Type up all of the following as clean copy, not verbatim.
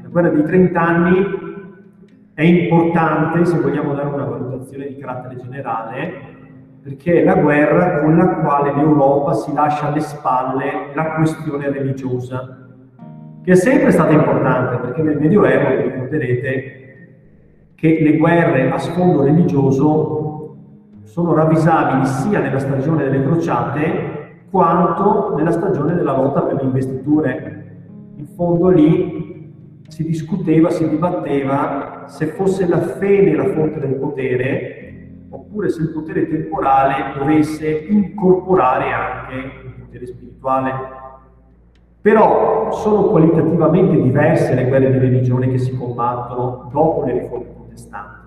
guerra dei 30 anni è importante se vogliamo dare una valutazione di carattere generale, perché è la guerra con la quale l'Europa si lascia alle spalle la questione religiosa, che è sempre stata importante, perché nel Medioevo, vi ricorderete, che le guerre a sfondo religioso sono ravvisabili sia nella stagione delle crociate quanto nella stagione della lotta per le investiture. In fondo lì si discuteva, si dibatteva se fosse la fede la fonte del potere oppure se il potere temporale dovesse incorporare anche il potere spirituale. Però sono qualitativamente diverse le guerre di religione che si combattono dopo le riforme protestanti,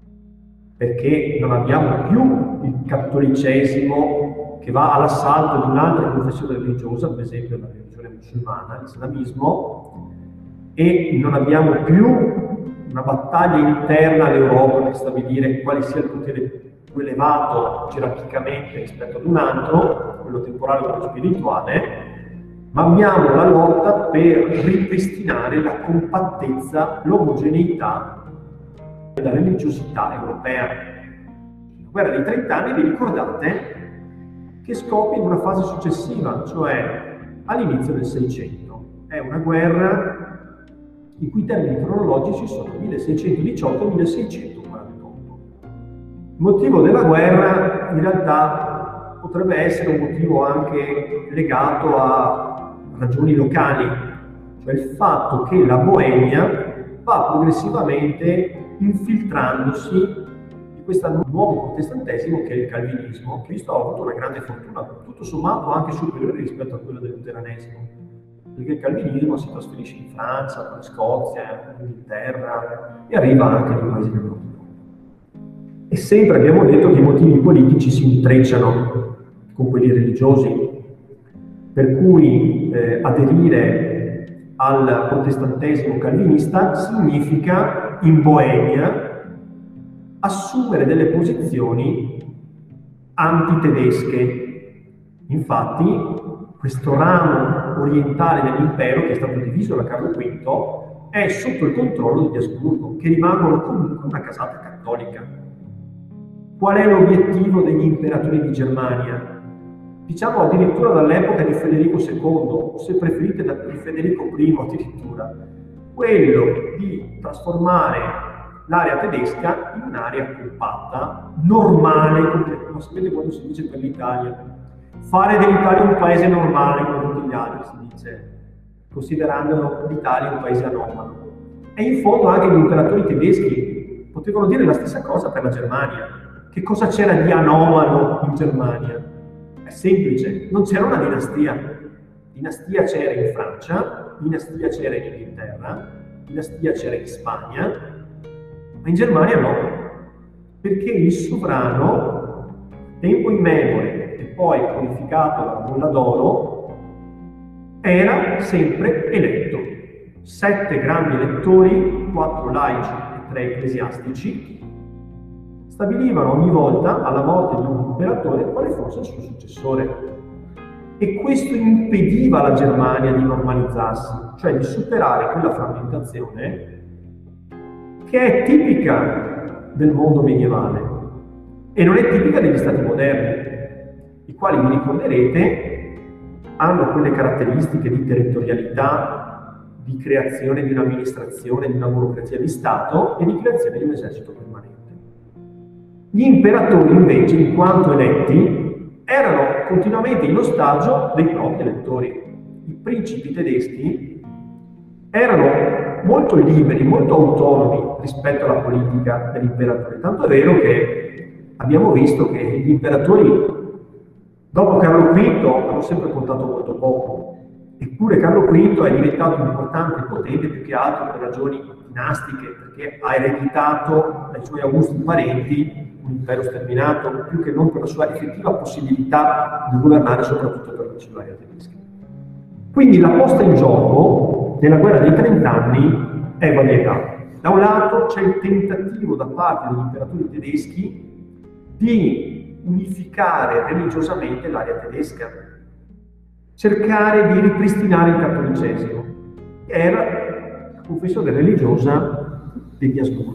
perché non abbiamo più il cattolicesimo che va all'assalto di un'altra confessione religiosa, per esempio la religione musulmana, l'islamismo, e non abbiamo più una battaglia interna all'Europa per stabilire quale sia il potere più elevato gerarchicamente rispetto ad un altro, quello temporale o quello spirituale, ma abbiamo la lotta per ripristinare la compattezza, l'omogeneità della religiosità europea. La guerra dei 30 anni, vi ricordate, che scoppia in una fase successiva, cioè all'inizio del 600. È una guerra i cui termini cronologici sono 1618-1648. Il motivo della guerra in realtà potrebbe essere un motivo anche legato a ragioni locali, cioè il fatto che la Boemia va progressivamente infiltrandosi in questo nuovo protestantesimo che è il calvinismo, che visto ha avuto una grande fortuna, tutto sommato anche superiore rispetto a quello del luteranesimo, perché il calvinismo si trasferisce in Francia, poi in Scozia, in Inghilterra e arriva anche nei paesi del nord. E sempre abbiamo detto che i motivi politici si intrecciano con quelli religiosi, per cui aderire al protestantesimo calvinista significa in Boemia assumere delle posizioni antitedesche. Infatti questo ramo orientale dell'impero, che è stato diviso da Carlo V, è sotto il controllo di Asburgo, che rimangono comunque una casata cattolica. Qual è l'obiettivo degli imperatori di Germania? Diciamo addirittura dall'epoca di Federico II, o se preferite di Federico I addirittura, quello di trasformare l'area tedesca in un'area compatta, normale, come sapete quando si dice per l'Italia. Fare dell'Italia un paese normale come tutti gli altri, si dice, considerando l'Italia un paese anomalo. E in fondo anche gli imperatori tedeschi potevano dire la stessa cosa per la Germania. Che cosa c'era di anomalo in Germania? È semplice, non c'era una dinastia. Dinastia c'era in Francia, dinastia c'era in Inghilterra, dinastia c'era in Spagna, ma in Germania no, perché il sovrano, tempo immemore e poi codificato dalla Bolla d'Oro, era sempre eletto. 7 grandi elettori, 4 laici e 3 ecclesiastici, stabilivano ogni volta, alla morte di un imperatore, quale fosse il suo successore. E questo impediva alla Germania di normalizzarsi, cioè di superare quella frammentazione che è tipica del mondo medievale e non è tipica degli stati moderni, i quali, vi ricorderete, hanno quelle caratteristiche di territorialità, di creazione di un'amministrazione, di una burocrazia di Stato e di creazione di un esercito permanente. Gli imperatori invece, in quanto eletti, erano continuamente in ostaggio dei propri elettori. I principi tedeschi erano molto liberi, molto autonomi rispetto alla politica dell'imperatore. Tanto è vero che abbiamo visto che gli imperatori, dopo Carlo V, hanno sempre contato molto poco. Eppure Carlo V è diventato importante e potente più che altro per ragioni dinastiche, perché ha ereditato dai suoi augusti parenti un impero sterminato, più che non per la sua effettiva possibilità di governare soprattutto per l'aria tedesca. Quindi la posta in gioco nella guerra dei 30 anni è variegata. Da un lato c'è il tentativo da parte degli imperatori tedeschi di unificare religiosamente l'area tedesca, cercare di ripristinare il cattolicesimo. Era confessione religiosa degli Asburgo.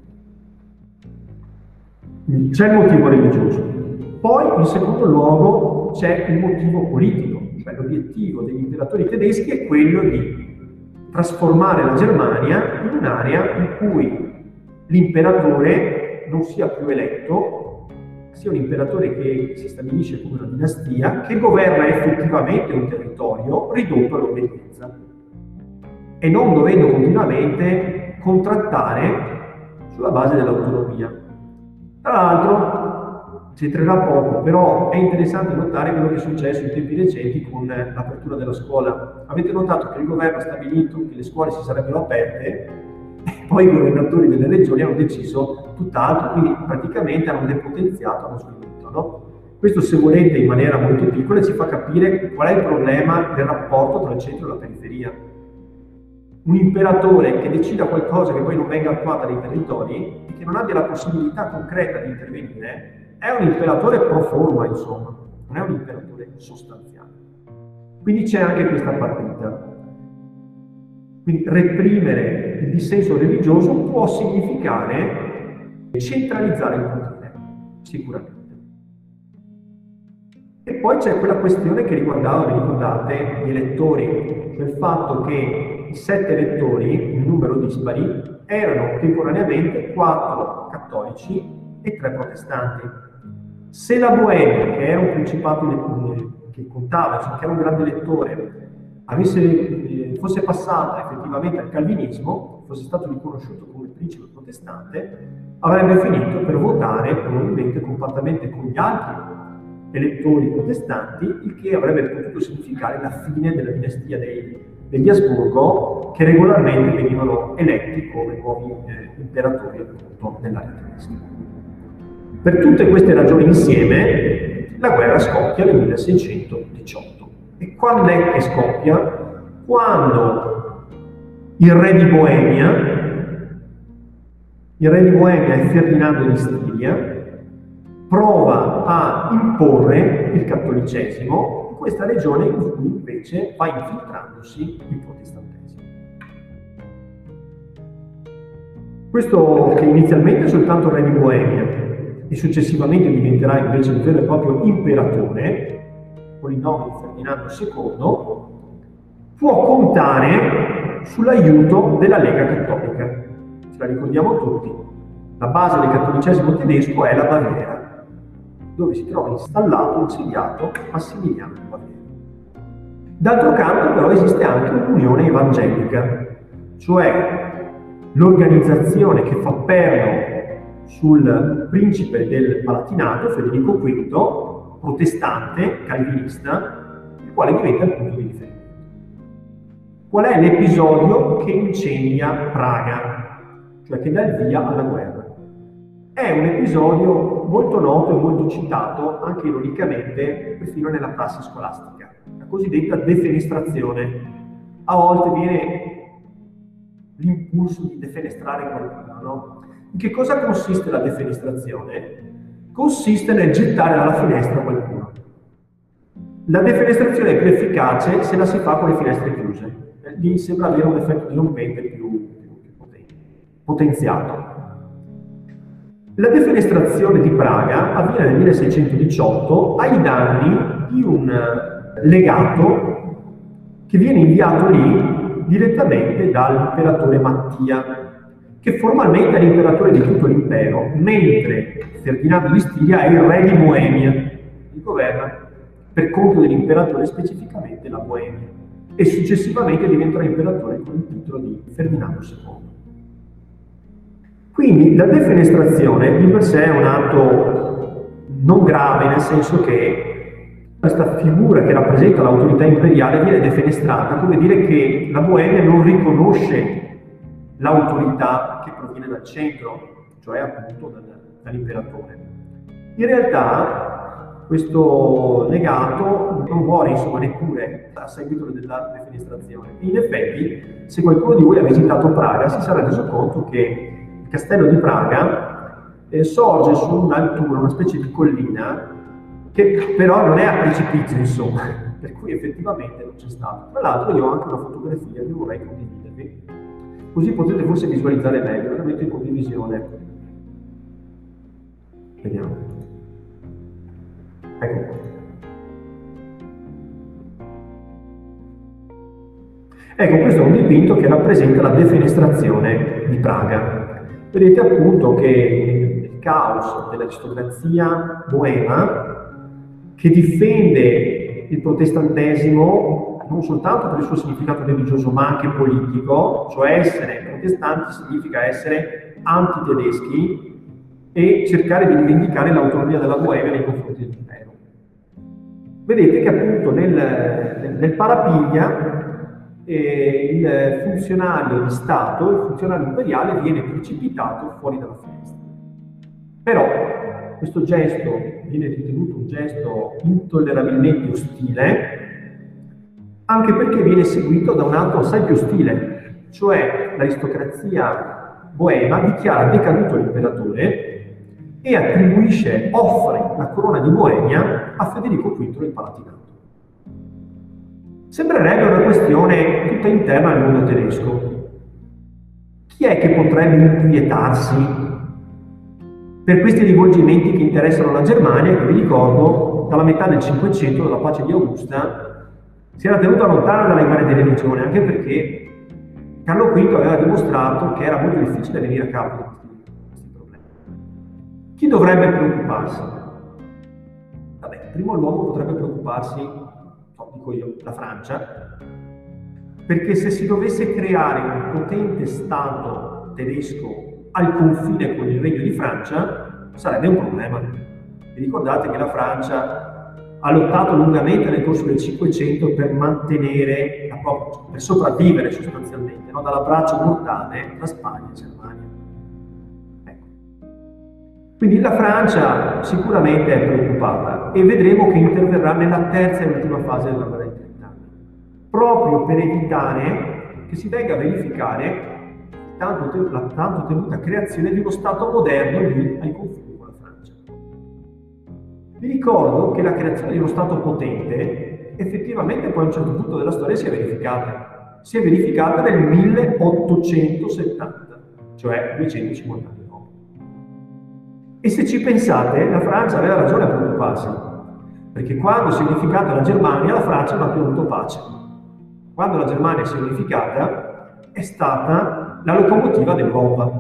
C'è il motivo religioso. Poi, in secondo luogo, c'è il motivo politico, cioè l'obiettivo degli imperatori tedeschi è quello di trasformare la Germania in un'area in cui l'imperatore non sia più eletto, sia un imperatore che si stabilisce come una dinastia, che governa effettivamente un territorio ridotto all'obbedienza e non dovendo continuamente contrattare sulla base dell'autonomia. Tra l'altro, si entrerà poco, però è interessante notare quello che è successo in tempi recenti con l'apertura della scuola. Avete notato che il governo ha stabilito che le scuole si sarebbero aperte e poi i governatori delle regioni hanno deciso tutt'altro, quindi praticamente hanno depotenziato lo sviluppo, no? Questo, se volete, in maniera molto piccola ci fa capire qual è il problema del rapporto tra il centro e la periferia. Un imperatore che decida qualcosa che poi non venga attuata nei territori e che non abbia la possibilità concreta di intervenire è un imperatore pro forma, insomma, non è un imperatore sostanziale. Quindi c'è anche questa partita. Quindi reprimere il dissenso religioso può significare centralizzare il potere, sicuramente. E poi c'è quella questione che riguardava, vi ricordate, gli elettori, cioè il fatto che i 7 elettori, un numero dispari, erano temporaneamente 4 cattolici e 3 protestanti. Se la Boemia, che era un principato che contava, cioè che era un grande elettore, fosse passata effettivamente al calvinismo, fosse stato riconosciuto come principe protestante, avrebbe finito per votare probabilmente compattamente con gli altri elettori protestanti, il che avrebbe potuto significare la fine della dinastia degli Asburgo, che regolarmente venivano eletti come nuovi imperatori appunto nell'area tedesca. Per tutte queste ragioni insieme, la guerra scoppia nel 1618. E quando è che scoppia? Quando il re di Boemia è Ferdinando di Stiria, prova a imporre il cattolicesimo in questa regione in cui invece va infiltrandosi il protestantesimo. Questo, che inizialmente è soltanto re di Boemia e successivamente diventerà invece un vero e proprio imperatore, con il nome di Ferdinando II, può contare sull'aiuto della Lega Cattolica. Ce la ricordiamo tutti, la base del cattolicesimo tedesco è la Baviera, dove si trova insediato Massimiliano di Baviera. D'altro canto però esiste anche un'unione evangelica, cioè l'organizzazione che fa perno sul principe del Palatinato, Federico V, protestante, calvinista, il quale diventa il punto di riferimento. Qual è l'episodio che incendia Praga, cioè che dà il via alla guerra? È un episodio molto noto e molto citato, anche ironicamente, perfino nella prassi scolastica, la cosiddetta defenestrazione. A volte viene l'impulso di defenestrare qualcuno, no? In che cosa consiste la defenestrazione? Consiste nel gettare dalla finestra qualcuno. La defenestrazione è più efficace se la si fa con le finestre chiuse. Lì sembra avere un effetto dirompente più potenziato. La defenestrazione di Praga avviene nel 1618 ai danni di un legato che viene inviato lì direttamente dall'imperatore Mattia, che formalmente è l'imperatore di tutto l'impero, mentre Ferdinando di Stiria è il re di Boemia, che governa per conto dell'imperatore specificamente la Boemia, e successivamente diventerà imperatore con il titolo di Ferdinando II. Quindi la defenestrazione di per sé è un atto non grave, nel senso che questa figura che rappresenta l'autorità imperiale viene defenestrata, come dire che la Boemia non riconosce l'autorità che proviene dal centro, cioè appunto dall'imperatore. In realtà questo legato non muore insomma neppure a seguito della defenestrazione. In effetti, se qualcuno di voi ha visitato Praga si sarà reso conto che il castello di Praga sorge su un'altura, una specie di collina, che però non è a precipizio, insomma, per cui effettivamente non c'è stato. Tra l'altro io ho anche una fotografia che vorrei condividervi. così potete forse visualizzare meglio. La metto in condivisione. Vediamo. Ecco qua. Ecco, questo è un dipinto che rappresenta la defenestrazione di Praga. Vedete appunto che il caos dell'aristocrazia boema, che difende il protestantesimo non soltanto per il suo significato religioso ma anche politico, cioè essere protestanti significa essere antitedeschi e cercare di rivendicare l'autonomia della Boemia nei confronti dell'impero. Vedete che appunto nel Parapiglia il funzionario di Stato, il funzionario imperiale, viene precipitato fuori dalla finestra. Però questo gesto viene ritenuto un gesto intollerabilmente ostile, anche perché viene seguito da un altro assai più ostile, cioè l'aristocrazia boema dichiara decaduto l'imperatore e offre la corona di Boemia a Federico V il Palatinato. Sembrerebbe una questione tutta interna al mondo tedesco. Chi è che potrebbe inquietarsi per questi rivolgimenti che interessano la Germania, che vi ricordo, dalla metà del Cinquecento, dalla pace di Augusta, si era tenuta lontana dalle guerre di religione, anche perché Carlo V aveva dimostrato che era molto difficile venire a capo di questi problemi. Chi dovrebbe preoccuparsi? Vabbè, in primo luogo potrebbe preoccuparsi, dico io, la Francia, perché se si dovesse creare un potente Stato tedesco al confine con il Regno di Francia, sarebbe un problema. Vi ricordate che la Francia ha lottato lungamente nel corso del Cinquecento per mantenere, per sopravvivere sostanzialmente, no? Dall'abbraccio mortale tra Spagna e Germania. Ecco. Quindi la Francia sicuramente è preoccupata e vedremo che interverrà nella terza e ultima fase della guerra di 30 anni, proprio per evitare che si venga a verificare la tanto temuta creazione di uno Stato moderno lì ai confini con la Francia. Vi ricordo che la creazione di uno Stato potente effettivamente poi a un certo punto della storia si è verificata. Si è verificata nel 1870, cioè 250 anni dopo. E se ci pensate, la Francia aveva ragione a preoccuparsi, perché quando si è unificata la Germania, la Francia non ha più avuto pace. Quando la Germania si è unificata, è stata la locomotiva d'Europa.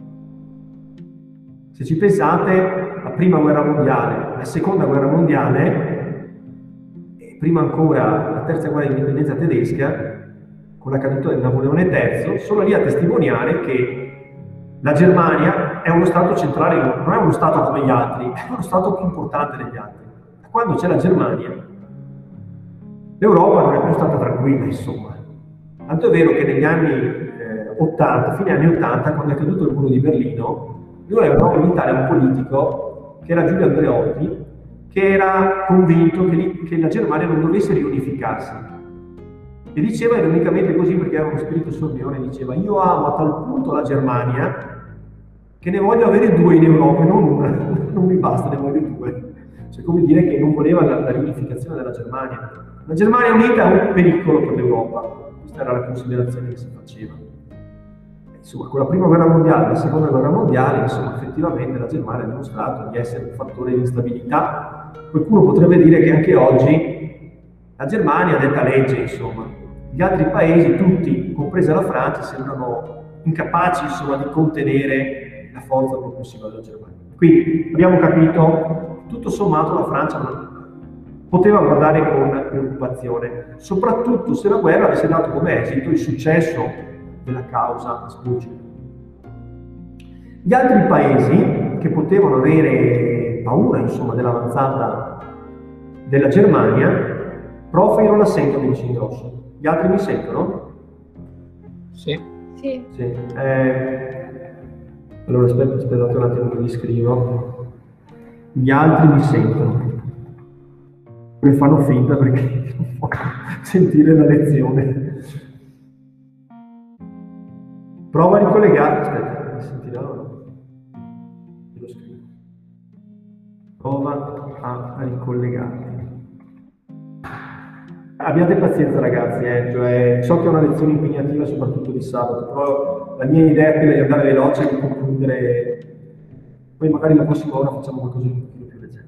Se ci pensate, la prima guerra mondiale, la seconda guerra mondiale, e prima ancora la terza guerra di indipendenza tedesca, con la caduta del Napoleone III, sono lì a testimoniare che la Germania è uno Stato centrale, non è uno Stato come gli altri, è uno Stato più importante degli altri. Quando c'è la Germania, l'Europa non è più stata tranquilla, insomma. Tanto è vero che negli anni 80, fine anni 80, quando è caduto il muro di Berlino, noi avevamo in Italia un politico, che era Giulio Andreotti, che era convinto che la Germania non dovesse riunificarsi. E diceva ironicamente così, perché era uno spirito sornione, diceva: io amo a tal punto la Germania che ne voglio avere due in Europa, non una, non mi basta, ne voglio due. Cioè, come dire che non voleva la riunificazione della Germania. La Germania unita è un pericolo per l'Europa, questa era la considerazione che si faceva. Insomma, con la prima guerra mondiale e la seconda guerra mondiale, insomma, effettivamente la Germania ha dimostrato di essere un fattore di instabilità. Qualcuno potrebbe dire che anche oggi la Germania detta legge, insomma. Gli altri paesi, tutti, compresa la Francia, sembrano incapaci, insomma, di contenere la forza propulsiva della Germania. Quindi abbiamo capito, tutto sommato la Francia poteva guardare con preoccupazione, soprattutto se la guerra avesse dato come esito il successo della causa Asburgica. Gli altri paesi che potevano avere paura, insomma, dell'avanzata della Germania profilano l'assento di Ingrosso. Gli altri mi sentono? Sì. Sì. Sì. Allora aspettate un attimo che vi scrivo. Gli altri mi sentono. Mi fanno finta perché non voglio sentire la lezione. Prova a ricollegare. Aspetta, mi sentirà o no? Lo scrivo. Prova a ricollegarti. Abbiate pazienza ragazzi, cioè, so che è una lezione impegnativa soprattutto di sabato, però la mia idea è quella di andare veloce e di concludere, poi magari la prossima ora facciamo qualcosa di un pochino più leggero.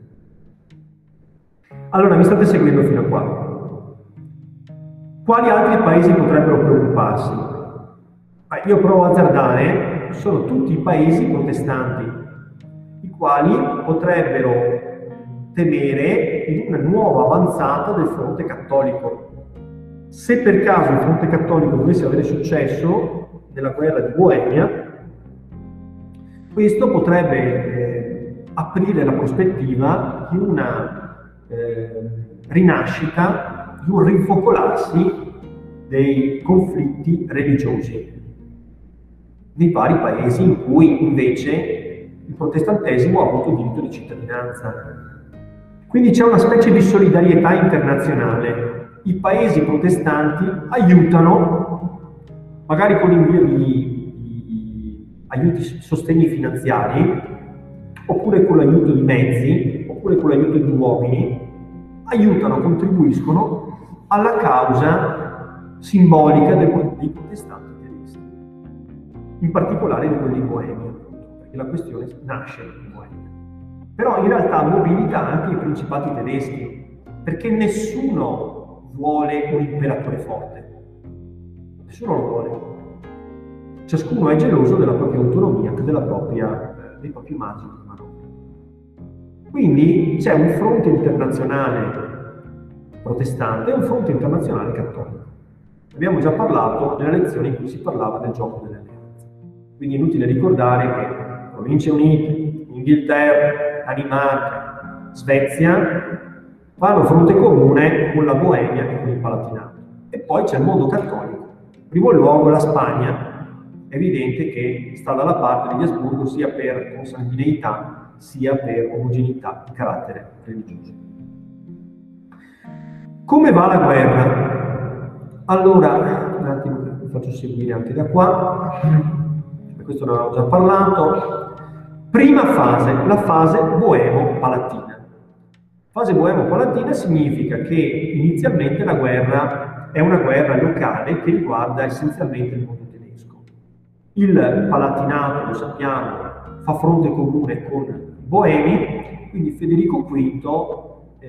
Allora, mi state seguendo fino a qua? Quali altri paesi potrebbero preoccuparsi? Io provo a azzardare, sono tutti i paesi protestanti, i quali potrebbero temere in una nuova avanzata del fronte cattolico. Se per caso il fronte cattolico dovesse avere successo nella guerra di Boemia, questo potrebbe aprire la prospettiva di una rinascita, di un rinfocolarsi dei conflitti religiosi nei vari paesi in cui invece il protestantesimo ha avuto diritto di cittadinanza. Quindi c'è una specie di solidarietà internazionale. I paesi protestanti aiutano, magari con l'invio di aiuti, sostegni finanziari, oppure con l'aiuto di mezzi, oppure con l'aiuto di uomini, aiutano, contribuiscono alla causa simbolica dei protestanti tedeschi, in particolare di quelli di Boemia, perché la questione nasce in Boemia. Però in realtà mobilita anche i principati tedeschi, perché nessuno vuole un imperatore forte, nessuno lo vuole. Ciascuno è geloso della propria autonomia, dei propri margini di manovra. Quindi c'è un fronte internazionale protestante e un fronte internazionale cattolico. Abbiamo già parlato nella lezione in cui si parlava del gioco delle alleanze. Quindi è inutile ricordare che Province Unite, Inghilterra, Danimarca, Svezia fanno fronte comune con la Boemia e con il Palatinato. E poi c'è il mondo cattolico. In primo luogo la Spagna, è evidente che sta dalla parte degli Asburgo sia per consanguineità sia per omogeneità di carattere religioso. Come va la guerra? Allora, un attimo vi faccio seguire anche da qua, questo ne avevo già parlato. Prima fase, la fase boemo-palatina. Fase boemo-palatina significa che inizialmente la guerra è una guerra locale che riguarda essenzialmente il mondo tedesco. Il Palatinato, lo sappiamo, fa fronte comune con i Boemi, quindi Federico V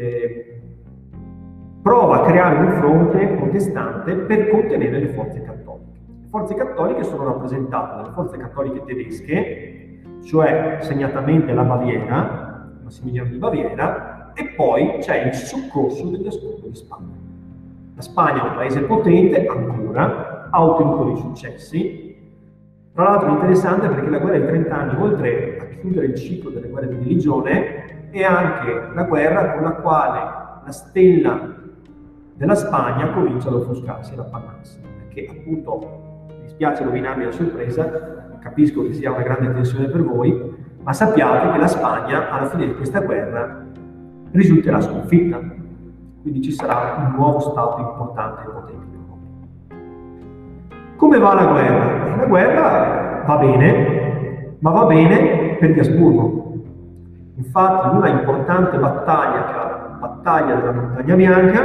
prova a creare un fronte protestante per contenere le forze cattoliche. Le forze cattoliche sono rappresentate dalle forze cattoliche tedesche, cioè segnatamente la Baviera, Massimiliano di Baviera, e poi c'è il soccorso degli Asburgo di Spagna. La Spagna è un paese potente, ancora, ha ottenuto dei successi. Tra l'altro è interessante perché la guerra dei 30 anni, oltre a chiudere il ciclo delle guerre di religione, è anche la guerra con la quale la stella della Spagna comincia ad offuscarsi, ad appannarsi, perché appunto, mi dispiace rovinarvi la sorpresa, capisco che sia una grande tensione per voi, ma sappiate che la Spagna alla fine di questa guerra risulterà sconfitta, quindi ci sarà un nuovo stato importante e potente del mondo. Come va la guerra? La guerra va bene, ma va bene per gli Asburgo. Infatti in una importante battaglia, che è la battaglia della Montagna Bianca,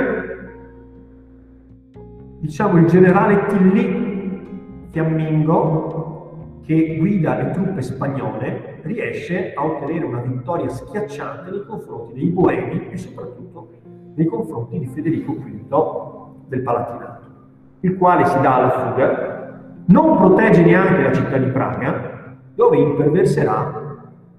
diciamo il generale Tilly Fiammingo, che guida le truppe spagnole, riesce a ottenere una vittoria schiacciante nei confronti dei Boemi e soprattutto nei confronti di Federico V del Palatinato, il quale si dà alla fuga, non protegge neanche la città di Praga, dove imperverserà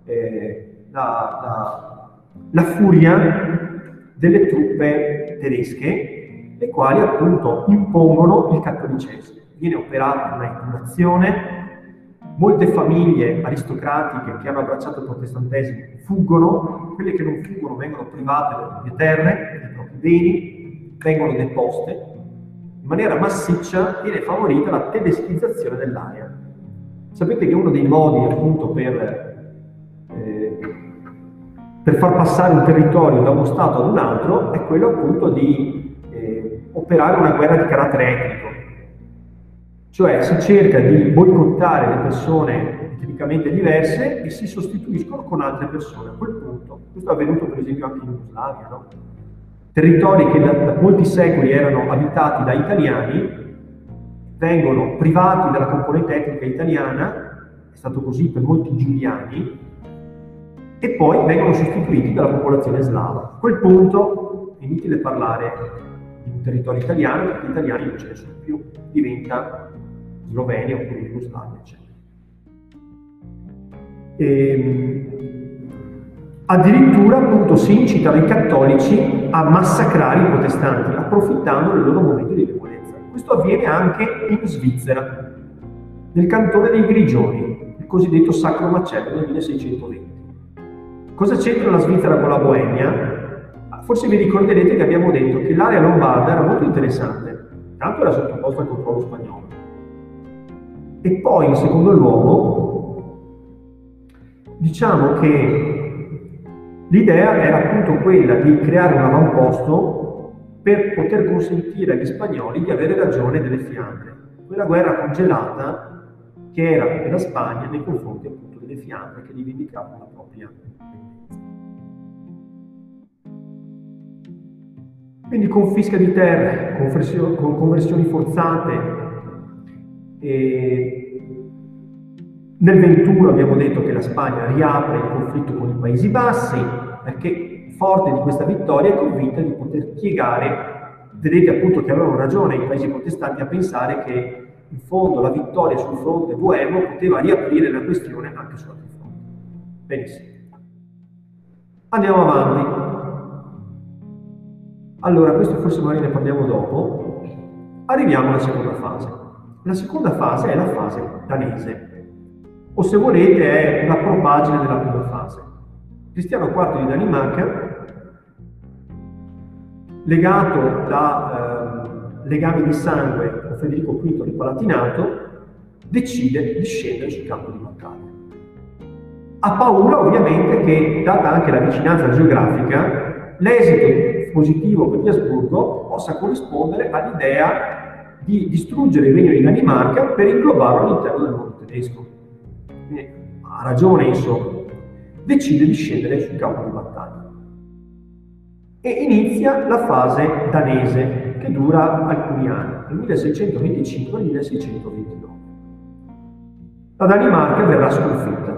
la furia delle truppe tedesche, le quali appunto impongono il cattolicesimo. Viene operata una incubazione, molte famiglie aristocratiche che hanno abbracciato il protestantesimo fuggono, quelle che non fuggono vengono private delle proprie terre, dei propri beni, vengono deposte. In maniera massiccia viene favorita la tedeschizzazione dell'area. Sapete che uno dei modi appunto per far passare un territorio da uno stato ad un altro è quello appunto di operare una guerra di carattere etnico. Cioè si cerca di boicottare le persone etnicamente diverse e si sostituiscono con altre persone. A quel punto, questo è avvenuto per esempio anche in Jugoslavia, no? territori che da molti secoli erano abitati da italiani, vengono privati della componente etnica italiana, è stato così per molti giuliani, e poi vengono sostituiti dalla popolazione slava. A quel punto è inutile parlare di un territorio italiano, perché gli italiani non ce ne sono più, diventa Slovenia oppure Jugoslavia, eccetera. Addirittura appunto si incitano i cattolici a massacrare i protestanti, approfittando del loro momento di debolezza. Questo avviene anche in Svizzera, nel cantone dei Grigioni, il cosiddetto Sacro Macello del 1620. Cosa c'entra la Svizzera con la Boemia? Forse vi ricorderete che abbiamo detto che l'area lombarda era molto interessante, tanto era sottoposta al controllo spagnolo. E poi, in secondo luogo, diciamo che l'idea era appunto quella di creare un avamposto per poter consentire agli spagnoli di avere ragione delle Fiandre, quella guerra congelata che era della Spagna nei confronti appunto delle Fiandre che rivendicavano la propria indipendenza. Quindi confisca di terre, conversioni forzate. Nel 21 abbiamo detto che la Spagna riapre il conflitto con i Paesi Bassi, perché forte di questa vittoria è convinta di poter piegare, vedete appunto che avevano ragione i paesi protestanti a pensare che in fondo la vittoria sul fronte boemo poteva riaprire la questione anche su altri fronti. Benissimo. Andiamo avanti. Allora, questo forse magari ne parliamo dopo. Arriviamo alla seconda fase. La seconda fase è la fase danese, o se volete è una propagine della prima fase. Cristiano IV di Danimarca, legato da legami di sangue con Federico V del Palatinato, decide di scendere sul campo di battaglia. Ha paura ovviamente che, data anche la vicinanza geografica, l'esito positivo per gli Asburgo possa corrispondere all'idea di distruggere il regno di Danimarca per inglobarlo all'interno del mondo tedesco. Quindi, ha ragione, insomma. Decide di scendere sul campo di battaglia. E inizia la fase danese, che dura alcuni anni, dal 1625 al 1629. La Danimarca verrà sconfitta.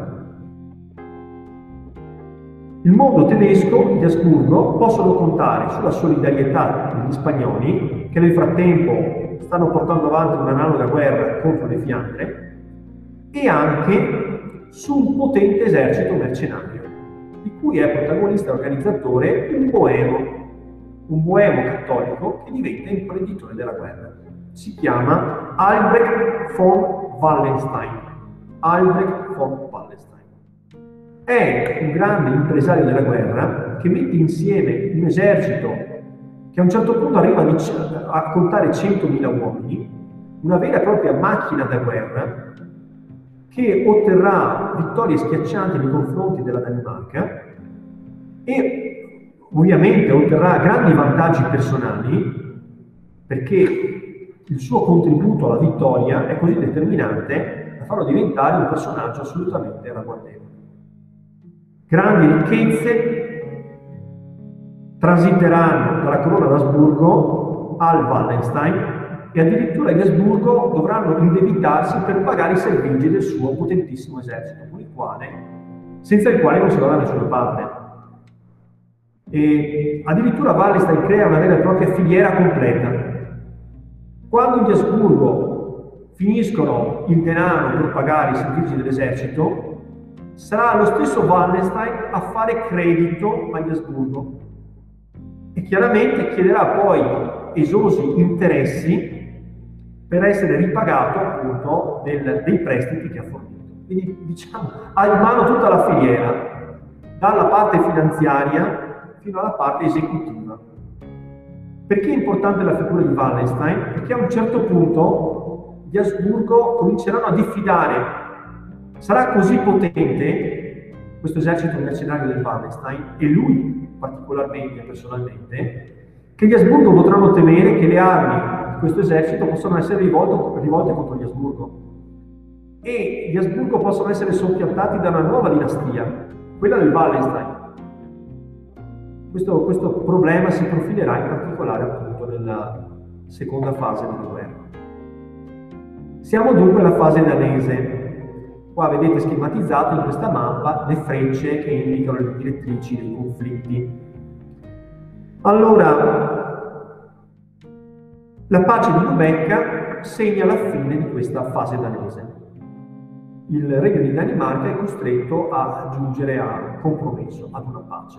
Il mondo tedesco, gli Asburgo, possono contare sulla solidarietà degli spagnoli, che nel frattempo stanno portando avanti un'analoga guerra contro le Fiandre, e anche su un potente esercito mercenario, di cui è protagonista e organizzatore un boemo cattolico che diventa imprenditore della guerra. Si chiama Albrecht von Wallenstein. Albrecht von Wallenstein. È un grande impresario della guerra che mette insieme un esercito che a un certo punto arriva a contare 100.000 uomini, una vera e propria macchina da guerra, che otterrà vittorie schiaccianti nei confronti della Danimarca e ovviamente otterrà grandi vantaggi personali, perché il suo contributo alla vittoria è così determinante da farlo diventare un personaggio assolutamente ragguardevole. Grandi ricchezze transiteranno dalla corona d'Asburgo al Wallenstein, e addirittura gli Asburgo dovranno indebitarsi per pagare i servigi del suo potentissimo esercito, senza il quale non si va da nessuna parte. E addirittura Wallenstein crea una vera e propria filiera completa. Quando gli Asburgo finiscono il denaro per pagare i servigi dell'esercito, sarà lo stesso Wallenstein a fare credito agli Asburgo e chiaramente chiederà poi esosi interessi per essere ripagato appunto dei prestiti che ha fornito. Quindi diciamo ha in mano tutta la filiera, dalla parte finanziaria fino alla parte esecutiva. Perché è importante la figura di Wallenstein? Perché a un certo punto gli Asburgo cominceranno a diffidare. Sarà così potente questo esercito mercenario del Wallenstein, e lui particolarmente, personalmente, che gli Asburgo potranno temere che le armi di questo esercito possano essere rivolte contro gli Asburgo, e gli Asburgo possono essere soppiantati da una nuova dinastia, quella del Wallenstein. questo problema si profilerà in particolare appunto nella seconda fase della guerra. Siamo dunque alla fase danese. Qua vedete schematizzate in questa mappa le frecce che indicano le direttrici dei conflitti. Allora, la pace di Lübeck segna la fine di questa fase danese. Il Regno di Danimarca è costretto a giungere a compromesso, ad una pace.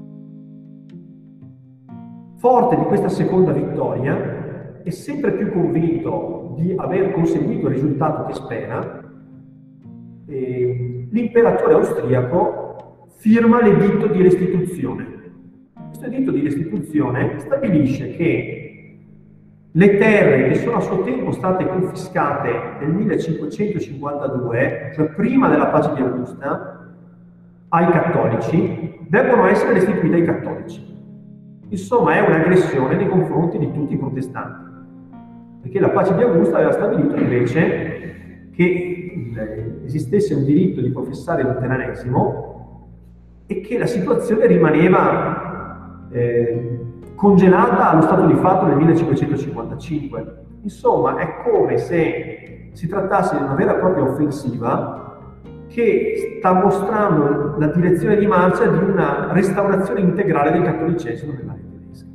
Forte di questa seconda vittoria e sempre più convinto di aver conseguito il risultato che spera, l'imperatore austriaco firma l'editto di restituzione. Questo editto di restituzione stabilisce che le terre che sono a suo tempo state confiscate nel 1552, cioè prima della pace di Augusta, ai cattolici, debbono essere restituite ai cattolici. Insomma, è un'aggressione nei confronti di tutti i protestanti, perché la pace di Augusta aveva stabilito invece che esistesse un diritto di professare il luteranesimo e che la situazione rimaneva congelata allo stato di fatto nel 1555. Insomma, è come se si trattasse di una vera e propria offensiva che sta mostrando la direzione di marcia di una restaurazione integrale del cattolicesimo nell'area tedesca.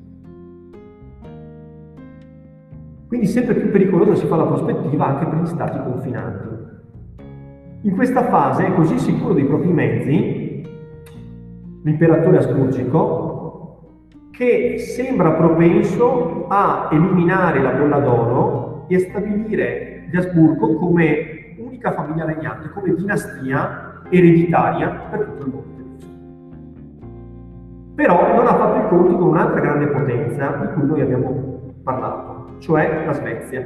Quindi sempre più pericolosa si fa la prospettiva anche per gli stati confinanti. In questa fase, così sicuro dei propri mezzi, l'imperatore asburgico, che sembra propenso a eliminare la bolla d'oro e a stabilire gli Asburgo come unica famiglia regnante, come dinastia ereditaria per tutto il mondo tedesco. Però non ha fatto i conti con un'altra grande potenza di cui noi abbiamo parlato, cioè la Svezia.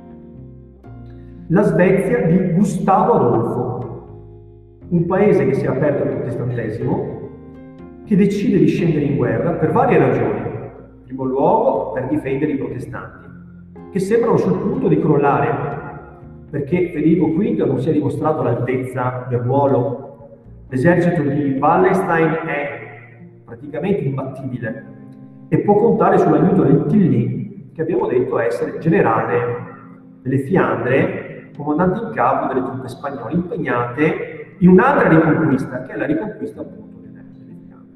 La Svezia di Gustavo Adolfo, un paese che si è aperto al protestantesimo, che decide di scendere in guerra per varie ragioni. In primo luogo per difendere i protestanti, che sembrano sul punto di crollare, perché Federico V non si è dimostrato all'altezza del ruolo. L'esercito di Wallenstein è praticamente imbattibile e può contare sull'aiuto del Tilly, che abbiamo detto essere generale delle Fiandre, comandante in capo delle truppe spagnole impegnate in un'altra riconquista, che è la riconquista appunto delle Fiandre.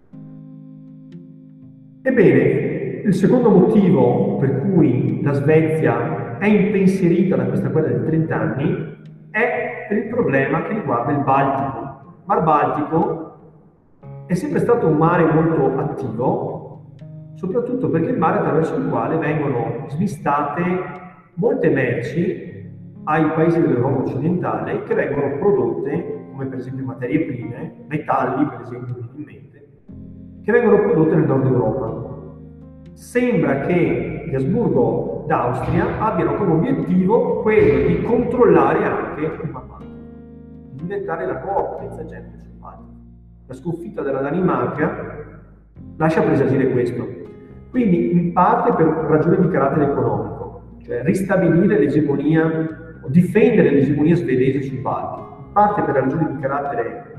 Ebbene, il secondo motivo per cui la Svezia è impensierita da questa guerra di 30 anni è per il problema che riguarda il Baltico. Il Mar Baltico è sempre stato un mare molto attivo, soprattutto perché è il mare attraverso il quale vengono smistate molte merci ai paesi dell'Europa occidentale che vengono prodotte, come per esempio materie prime, metalli per esempio, in mente, che vengono prodotte nel nord Europa. Sembra che gli Asburgo d'Austria abbiano come obiettivo quello di controllare anche il Mar Baltico, di diventare la nuova potenza egemonica sul Baltico. La sconfitta della Danimarca lascia presagire questo. Quindi in parte per ragioni di carattere economico, cioè ristabilire l'egemonia o difendere l'egemonia svedese sul Baltico, in parte per ragioni di carattere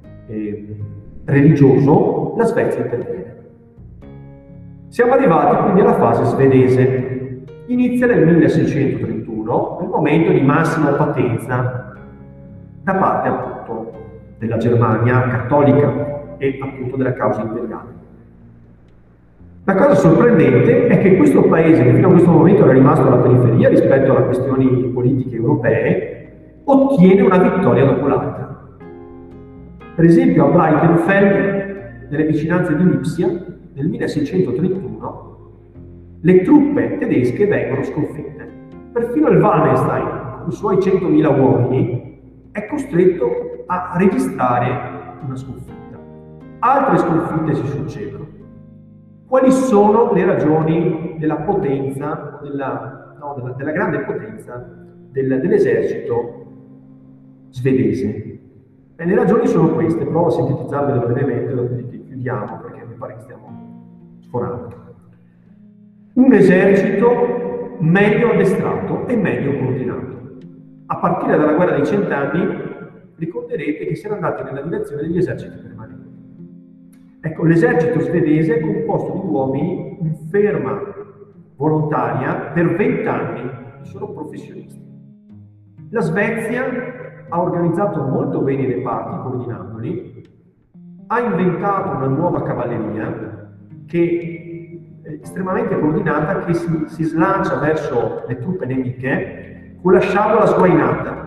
religioso, la Svezia interviene. Siamo arrivati quindi alla fase svedese. Inizia nel 1631, nel momento di massima potenza da parte appunto della Germania cattolica e appunto della causa imperiale. La cosa sorprendente è che questo paese, che fino a questo momento era rimasto alla periferia rispetto alle questioni politiche europee, ottiene una vittoria dopo l'altra. Per esempio a Breitenfeld, nelle vicinanze di Lipsia, nel 1631, le truppe tedesche vengono sconfitte. Perfino il Wallenstein, con i suoi 100.000 uomini, è costretto a registrare una sconfitta. Altre sconfitte si succedono. Quali sono le ragioni della potenza, della grande potenza dell'esercito svedese? E le ragioni sono queste, provo a sintetizzarvele brevemente, dopodiché chiudiamo perché mi pare che stiamo sforando. Un esercito meglio addestrato e meglio coordinato. A partire dalla guerra dei 100 anni ricorderete che si era andati nella direzione degli eserciti permanenti. Ecco, l'esercito svedese è composto di uomini in ferma volontaria per 20 anni, sono professionisti. La Svezia ha organizzato molto bene i reparti, coordinandoli, ha inventato una nuova cavalleria che è estremamente coordinata, che si slancia verso le truppe nemiche con la sciabola sguainata.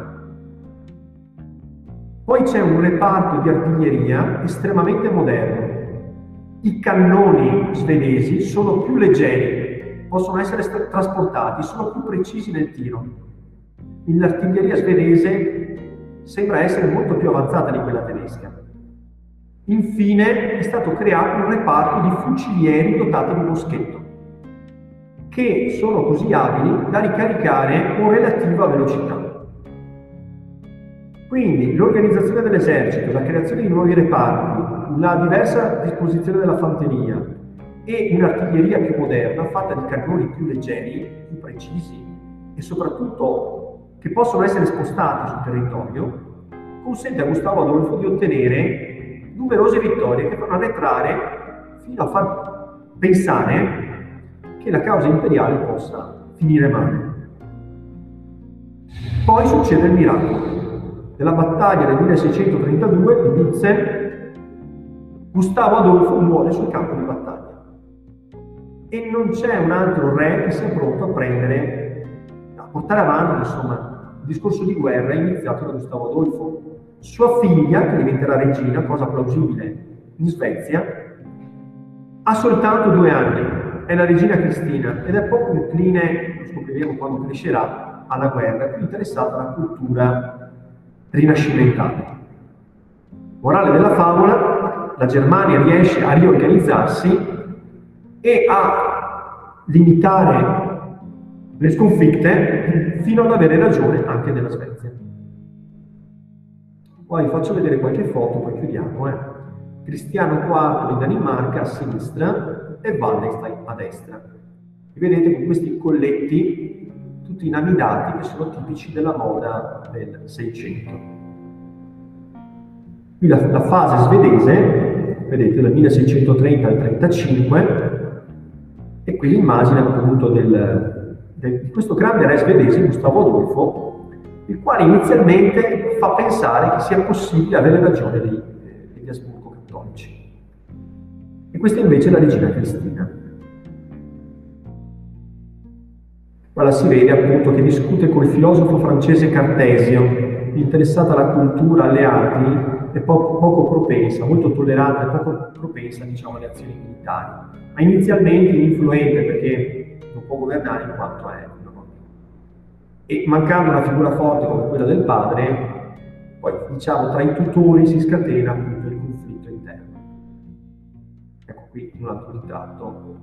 Poi c'è un reparto di artiglieria estremamente moderno. I cannoni svedesi sono più leggeri, possono essere trasportati, sono più precisi nel tiro. L'artiglieria svedese sembra essere molto più avanzata di quella tedesca. Infine è stato creato un reparto di fucilieri dotati di moschetto, che sono così abili da ricaricare con relativa velocità. Quindi l'organizzazione dell'esercito, la creazione di nuovi reparti, la diversa disposizione della fanteria e un'artiglieria più moderna, fatta di cannoni più leggeri, più precisi e soprattutto che possono essere spostati sul territorio, consente a Gustavo Adolfo di ottenere numerose vittorie che fanno arretrare fino a far pensare che la causa imperiale possa finire male. Poi succede il miracolo. Nella battaglia del 1632 di Lützen, Gustavo Adolfo muore sul campo di battaglia e non c'è un altro re che sia pronto a portare avanti, insomma, il discorso di guerra iniziato da Gustavo Adolfo. Sua figlia, che diventerà regina, cosa plausibile in Svezia, ha soltanto 2 anni, è la regina Cristina ed è poco incline, lo scopriremo quando crescerà, alla guerra, più interessata alla cultura rinascimentale. Morale della favola: la Germania riesce a riorganizzarsi e a limitare le sconfitte fino ad avere ragione anche della Svezia. Poi vi faccio vedere qualche foto, poi chiudiamo. Cristiano IV di Danimarca a sinistra e Wallenstein a destra. E vedete con questi colletti tutti inamidati che sono tipici della moda del 600. Qui la fase svedese, vedete, dal 1630 al 35, e qui l'immagine appunto di questo grande re svedese, Gustavo Adolfo, il quale inizialmente fa pensare che sia possibile avere ragione degli Asburgo cattolici. E questa invece è la regina Cristina. Qua si vede appunto che discute col filosofo francese Cartesio, interessata alla cultura, alle arti e poco propensa, molto tollerante, poco propensa, diciamo, alle azioni militari, ma inizialmente influente perché non può governare in quanto è una donna. E mancando una figura forte come quella del padre, poi diciamo tra i tutori si scatena appunto il conflitto interno. Ecco qui un altro ritratto.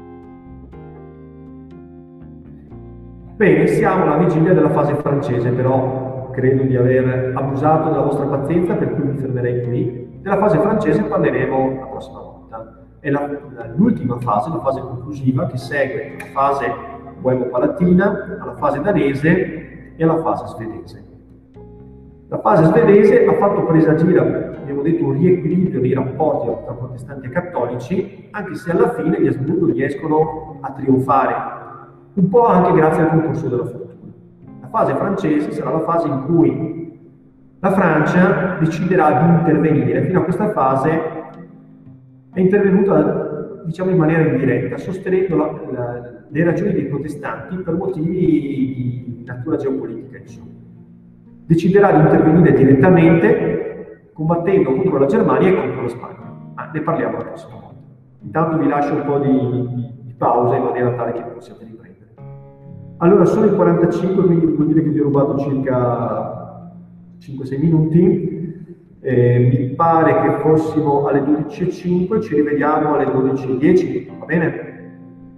Bene, siamo alla vigilia della fase francese, però credo di aver abusato della vostra pazienza, per cui mi fermerei qui. Della fase francese parleremo la prossima volta. È l'ultima fase, la fase conclusiva, che segue la fase boemo-palatina, alla fase danese e alla fase svedese. La fase svedese ha fatto presagire, abbiamo detto, un riequilibrio dei rapporti tra protestanti e cattolici, anche se alla fine gli Asburgo riescono a trionfare, un po' anche grazie al concorso della fortuna. La fase francese sarà la fase in cui la Francia deciderà di intervenire. Fino a questa fase è intervenuta, diciamo, in maniera indiretta, sostenendo le ragioni dei protestanti per motivi di natura geopolitica, insomma. Deciderà di intervenire direttamente, combattendo contro la Germania e contro la Spagna. Ma ne parliamo la prossima volta. Intanto vi lascio un po' di pausa in maniera tale che possiate riprendere. Allora, sono i 45, quindi vuol dire che vi ho rubato circa 5-6 minuti. Mi pare che fossimo alle 12:05, ci rivediamo alle 12:10, va bene?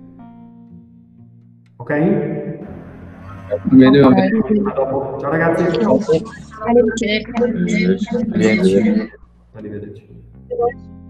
Ok? Bene, va bene. A dopo. Ciao ragazzi. Arrivederci. Arrivederci.